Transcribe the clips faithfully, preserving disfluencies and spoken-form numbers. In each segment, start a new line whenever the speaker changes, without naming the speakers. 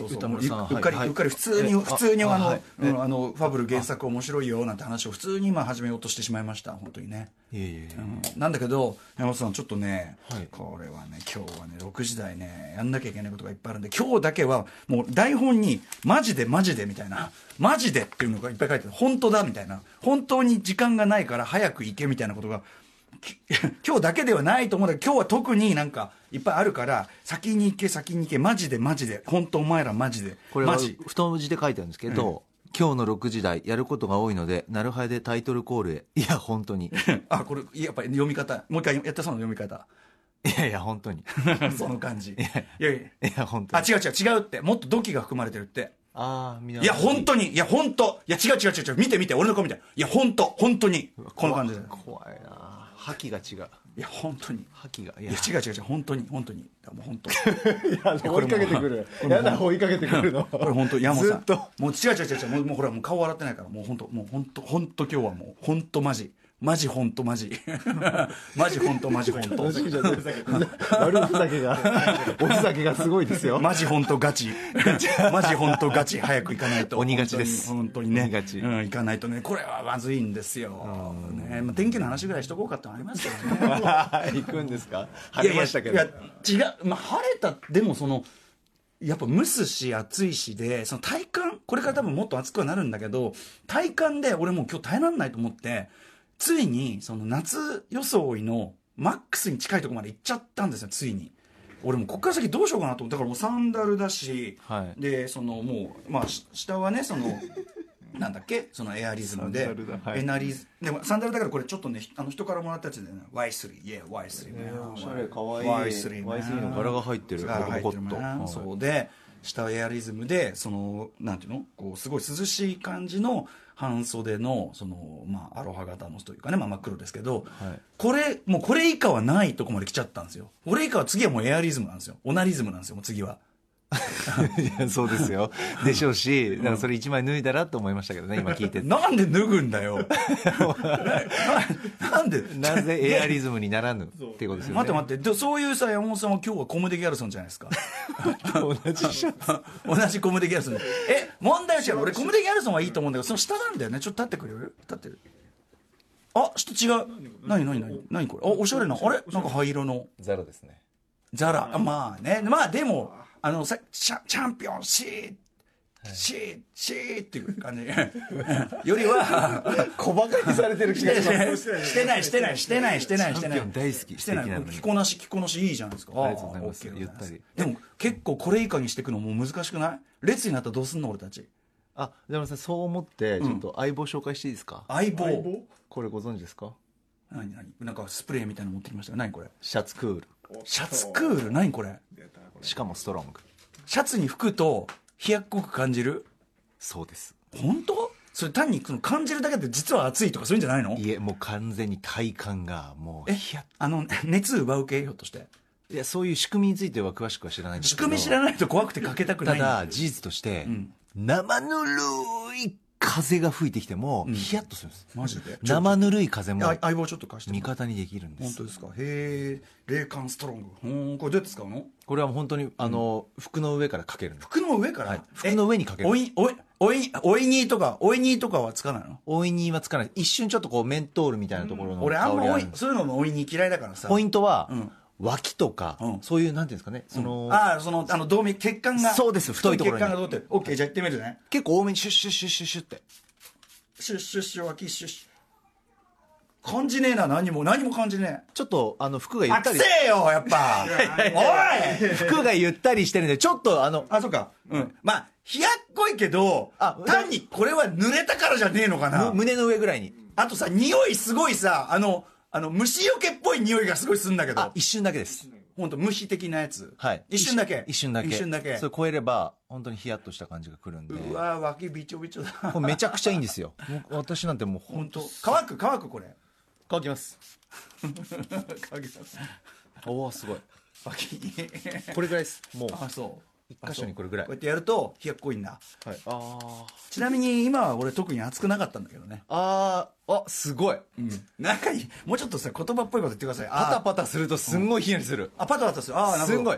歌丸さんうっかり、はい、うっかり普通に普通にあの、はい、うん、あのファブル原作面白いよなんて話を普通に今始めようとしてしまいました本当にね。いえいえ、うん、なんだけど山本さんちょっとね、はい、これはね今日はねろくじ台ねやんなきゃいけないことがいっぱいあるんで今日だけはもう台本にマジでマジでみたいなマジでっていうのがいっぱい書いてある本当だみたいな本当に時間がないから早く行けみたいなことが今日だけではないと思うんだけど今日は特になんかいっぱいあるから先に行け先に行けマジでマジで本当お前らマジで
これは太字で書いてあるんですけど、うん、今日のろくじ台やることが多いのでなるはやでタイトルコールへいや本当に
あこれやっぱり読み方もう一回やってその読み方
いやいや本当に
その感じいや
いやいや本当に
あ違う違う違うってもっと土器が含まれてるって
ああ
いや本当にいや本当いや違う違う違う違う見て見て俺の顔見ていや本当本当にこの感じで
怖いな覇気が違う
いや本当に
覇気が
いや違う違う違う本当に本当にもう本当い
や追いかけてくるやだ追いかけてくるの
これ本当山本さん
ずっと
もう違う違う違うもうもうこれはもう顔洗ってないからもう本当もう本当本当今日はもう本当マジマジ本当マジマジ本当マジ本当
悪ふざけがおふざけがすごいですよ
マジ本当ガチマジ本当ガチ早く行かないと
鬼ガチです
本当にね
鬼ガチ、
うん、行かないとねこれはまずいんですよ、ねまあ、天気の話ぐらいしとこうかってありますけどね
行くんですか晴れましたけど
いやいや違う、まあ、晴れたでもそのやっぱ蒸すし暑いしでその体感これから多分もっと暑くはなるんだけど体感で俺もう今日耐えられないと思ってついにその夏装いのマックスに近いところまで行っちゃったんですよついに俺もこっから先どうしようかなと思ってだからもうサンダルだし、はい、でそのもうまあ下はねそのなんだっけそのエアリズムでエナリズでもサンダルだからこれちょっとねあの人からもらったやつでね ワイスリー イエー ワイスリー ね
おしゃれかわいい
ワイスリー
ワイスリーの柄が入ってる
柄が入ってるね、はい、そうで下はエアリズムでそのなんていうのこうすごい涼しい感じの半袖のそのまあアロハ型のというかね、まあ、真っ黒ですけど、はい、これもうこれ以下はないとこまで来ちゃったんですよ。これ以下は次はもうエアリズムなんですよ。オナリズムなんですよもう次は。
いやそうですよでしょうしだからそれ一枚脱いだらと思いましたけどね今聞いてて
なんで脱ぐんだよな, なんで
なぜエアリズムにならぬっていうことですよね。
待って待ってでそういうさ山本さんは今日はコムデギャルソンじゃないですか
同じシャツ
同じコムデギャルソンえ問題は違う俺コムデギャルソンはいいと思うんだけどその下なんだよね。ちょっと立ってくれる立ってるあちょっと違う何何何何これあおしゃれなあれなんか灰色の
ザラですね
ザラまあねまあでもあのさチャチャンピオンシーシーシーっていう感じよりは
小バカにされてる気がし
ますしてないしてないしてないしてないしてない
チャンピオン大好き
してない着こなし着こなしいいじゃないですか。
ありがとうございますゆったり
でも結構これ以下にしていくのもう難しくない列になったらどうすんの俺たち。
あでもさそう思ってちょっと相棒紹介していいですか、
うん、相棒
これご存知ですか。
何何なんかスプレーみたいなの持ってきましたよ。何これ
シャツクール
シャツクール何これ
しかもストロング
シャツに吹くと冷やっこく感じる。
そうです
本当それ単にその感じるだけで実は暑いとかそういうんじゃないの。
いえもう完全に体感がもう
えあの熱奪う系ひょっとして
いやそういう仕組みについては詳しくは知らないんですけど
仕組み知らないと怖くてかけたくない。
ただ事実として、うん、生ぬるい風が吹いてきてもヒヤッとするんです、
うん、マジで
生ぬるい風も
相棒ちょっと貸して
味方にできるんです。
本当ですか。へえ冷感ストロングうんこれどうやって使うの。
これは本当にあの、うん、服の上からかけるんです。
服の上から、はい、
服の上にかける。
おいおいおいおいにとかおいにとかはつかないの。
おいにはつかない。一瞬ちょっとこうメントールみたいなところの香り、
うん、俺あんまおいそういうののおいに嫌いだからさ。
ポイントは、
うん
脇とか、うん、そういうなんていうんですかね、その、
うん、ああそのあの動脈血管が
そうです太いところに
血管が通ってる。オッケーじゃあ行ってみるね。
結構多めにシュッシュッシュッシュッシュッって
シュッシュッシュ脇シュッシュ感じねえな。何も何も感じねえ。
ちょっとあの服がゆったり
暑えよやっぱおい
服がゆったりしてるんでちょっとあの
あそうかうんまあ冷やっこいけどあ単にこれは濡れたからじゃねえのかな。
胸の上ぐらいに。
あとさ匂いすごいさあのあの虫よけっぽい匂いがすごいするんだけど。
あ一瞬だけです。
本当虫的なやつ。
はい
一瞬だけ
一瞬だけ
一瞬だけ
それ超えれば本当にヒヤッとした感じがくるんで。
うわ脇びちょびちょだ
これめちゃくちゃいいんですよ私なんてもう
本当乾く乾くこれ
乾きます
乾きます
おおすごい
脇
これぐらいです。もう
あそう
一箇所にこれぐらい
こうやってやると冷やっこいんだ。
はいあ
ちなみに今は俺特に熱くなかったんだけどね。
あーあすごい、
うん、なんかもうちょっとさ言葉っぽいこと言ってください。
パタパタするとすんごいひんやりする、
うん、あパタパタするああなるほど
すんごい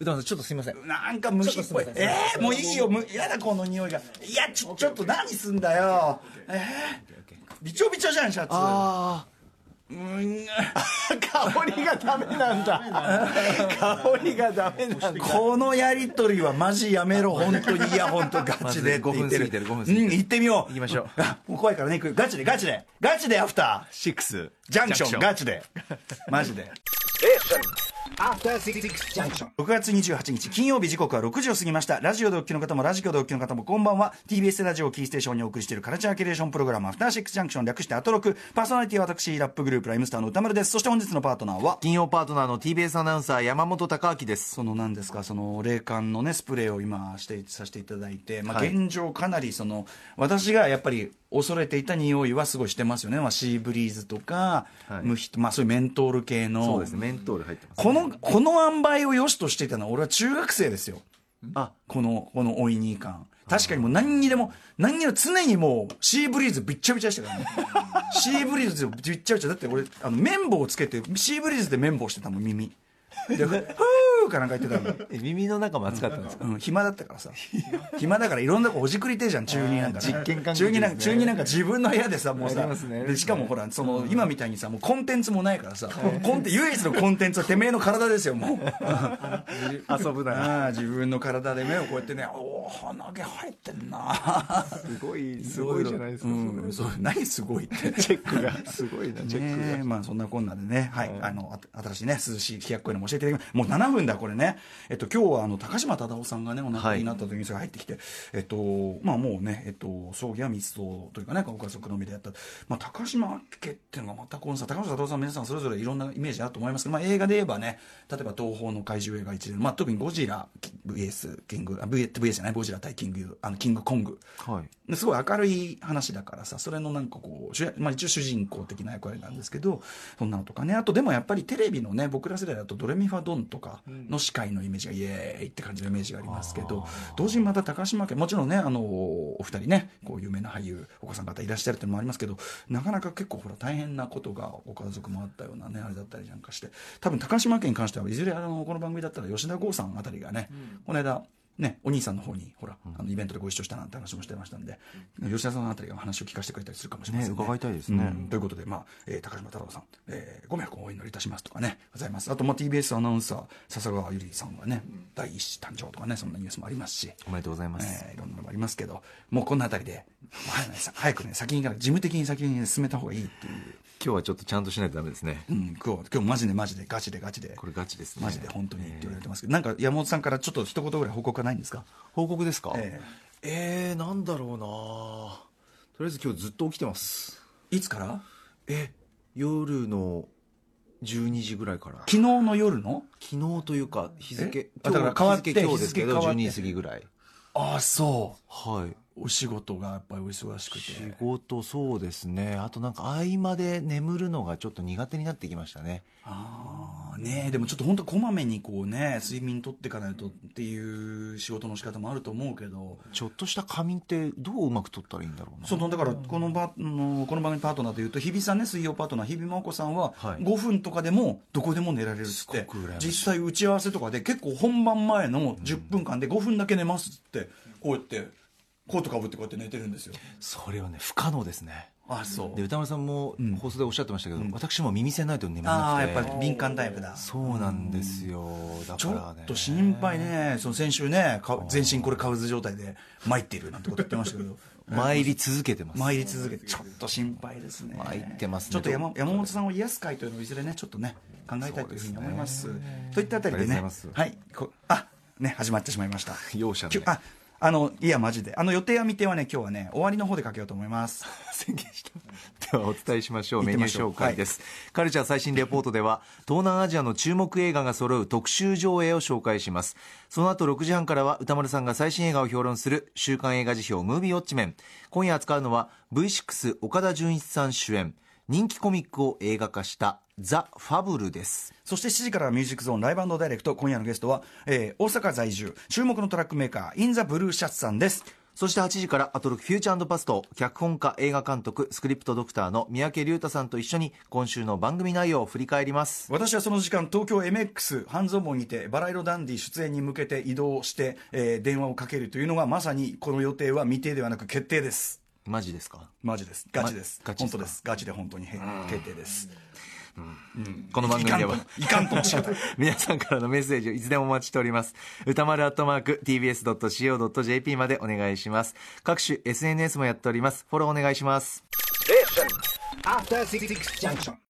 歌丸さんちょっとすいません。
なんか虫っぽい。えー、もういいよ、むやだこの匂いが。いやちょちょっと何すんだよ。えー、びちょびちょじゃんシャツ。
ああ。
うん、
香りがダメなんだ。香りがダメなんだ。
このやりとりはマジやめろ本当に。いや本当ガチでって言ってる。
ごふん過ぎてるごふん過ぎてる。
うん、行ってみよう。
行きましょう。
あ、もう怖いからね。ガチでガチでガチでアフター
シックス
ジャンクションガチでマジで。ろくがつにじゅうはちにち金曜日、時刻はろくじを過ぎました。ラジオでお聞きの方もラジコでお聞きの方もこんばんは。 ティービーエス ラジオキーステーションにお送りしているカルチャーキュレーションプログラムアフターシックスジャンクション、略してアトロク。パーソナリティは私ラップグループライムスターの歌丸です。そして本日のパートナーは
金曜パートナーの ティービーエス アナウンサー山本貴明です。
その何ですか、その冷感のねスプレーを今してさせていただいて、まあ、現状かなりその、私がやっぱり恐れていた匂いはすごいしてますよね。まあ、シーブリーズとか、はい、ムヒ、まあ、そういうメントール系の。
そうですね、メントール入ってます、ね、
このこの塩梅を良しとしていたのは俺は中学生ですよ。あ、このこのオイニー感、確かにもう何にでも何にでも常にもうシーブリーズびっちゃびちゃしてからねシーブリーズびっちゃびちゃ。だって俺あの綿棒をつけてシーブリーズで綿棒してたもん耳でふーかなんか言ってたの。
耳の中も熱かったんですか？
うん、暇だったからさ暇だからいろんな子ほじくりてえじゃん中になんか、ね、
実験関係
中になんか中になんか自分の部屋でさもうさ、
ね、
でしかもほらその、うん、今みたいにさもうコンテンツもないからさ、コンテ唯一のコンテンツはてめえの体ですよもう
遊ぶな
あ自分の体で目をこうやってね、おお鼻毛生えてんな
すごいすごいじゃないですか、うん、
そう何すごいって
チェックがすごいなチェックが、
ね、まあそんなこんなでね、はい、はい、あの新しいね涼しい飛躍声のも教えていただきます。もうななふんだこれね。えっと今日はあの高島忠夫さんがねお亡くなりになったというニュースが入ってきて、はい、えっとまあもうねえっと葬儀は密葬というかねご家族のみでやった、まあ、高島家っていうのがまたこのさ高島忠夫さん皆さんそれぞれいろんなイメージあると思いますけど、まあ、映画で言えばね例えば東宝の怪獣映画一連、まあ、特にゴジラ ブイエス キングあ ブイエス じゃないゴジラ対キングあのキングコング、はい、すごい明るい話だからさそれのなんかこう、まあ、一応主人公的な役割なんですけどそんなのとかね。あとでもやっぱりテレビのね僕ら世代だとドレミファドンとかの司会のイメージがイエーイって感じのイメージがありますけど、同時にまた高島家もちろんねあのお二人ねこう有名な俳優お子さん方いらっしゃるっていうのもありますけど、なかなか結構ほら大変なことがご家族もあったようなねあれだったりなんかして、多分高島家に関してはいずれあのこの番組だったら吉田剛さんあたりがね、うん、この間ね、お兄さんの方にほら、うん、あのイベントでご一緒したなんて話もしてましたんで、うん、吉田さんあたりが話を聞かせてくれたりするかもしれませんね。
ね伺いたいですね、
うん、ということで、まあえー、高島太郎さん、えー、ご迷惑をお祈りいたしますとかねございます。あと、まあ、ティービーエス アナウンサー笹川ゆりさんがね、うん、第一子誕生とかねそんなニュースもありますし、
おめでとうございます、
えー、いろんなのもありますけど、もうこんなあたりで、まあね、早くね先に事務的に先に、ね、進めた方がいいっていう。
今日はちょっとちゃんとしないとダメですね。
うん、今日今日マジでマジでガチでガチで
これガチですね。
マジで本当にって言われてますけど、なんか山本さんからちょっと一言ぐらい報告はないんですか？
報告ですか？
えー、えー、なんだろうな。とりあえず今日ずっと起きてます。
いつから？
え夜のじゅうにじぐらいから。
昨日の夜の？
昨日というか日付
だから変わって
今日ですけどじゅうにじ過ぎぐらい。
ああそう。
はい。
お仕事がやっぱりお忙しくて。
仕事そうですね。あとなんか合間で眠るのがちょっと苦手になってきましたね。
ああねえ、でもちょっと本当こまめにこうね睡眠とっていかないとっていう仕事の仕方もあると思うけど、
ちょっとした仮眠ってどううまくとったらいいんだろうな。
そのだからこのばのこの番組パートナーでいうと日比さんね、水曜パートナー日比真央子さんはごふんとかでもどこでも寝られるっつって、実際打ち合わせとかで結構本番前のじゅっぷんかんでごふんだけ寝ますってこうやってコートかぶってこうやって寝てるんですよ。
それはね不可能ですね。
あそう
で歌丸さんも放送でおっしゃってましたけど、うん、私も耳栓ないと眠れなくて。
ああやっぱり敏感タイプだ。
そうなんですよ。だからね
ちょっと心配ね。その先週ね全身これカウズ状態で参っているなんてこと言ってましたけど
参り続けてます。
参り続けてちょっと心配ですね。
参ってますね。
ちょっと 山, 山本さんを癒す会というのをいずれねちょっとね考えたいというふうに思います。といったあたりでねはいこあね始まってしまいました。
容赦ね。
ああのいやマジであの予定や未定はね今日はね終わりの方でかけようと思います
宣言したではお伝えしましょう。メニュー紹介です、はい、カルチャー最新レポートでは東南アジアの注目映画が揃う特集上映を紹介します。その後ろくじはんからは歌丸さんが最新映画を評論する週刊映画辞表ムービーウォッチメン。今夜扱うのは ブイシックス 岡田准一さん主演人気コミックを映画化したザ・ファブルです。
そしてしちじからはミュージックゾーンライブダイレクト。今夜のゲストは、えー、大阪在住注目のトラックメーカーインザブルーシャツさんです。
そしてはちじからアトロクフューチャー&パスト、脚本家映画監督スクリプトドクターの三宅龍太さんと一緒に今週の番組内容を振り返ります。
私はその時間東京 エムエックス 半蔵門にてバラ色ダンディ出演に向けて移動して、えー、電話をかけるというのがまさにこの予定は未定ではなく決定です。
マジですか？
マジです。ガチです。
ま、
本当です。ガチで本当に決定です。
うんうん、この番組ではい
かんとも仕方
皆さんからのメッセージをいつでもお待ちしております。歌丸アットマーク ティービーエスドットシーオードットジェーピー までお願いします。各種 エスエヌエス もやっております。フォローお願いします。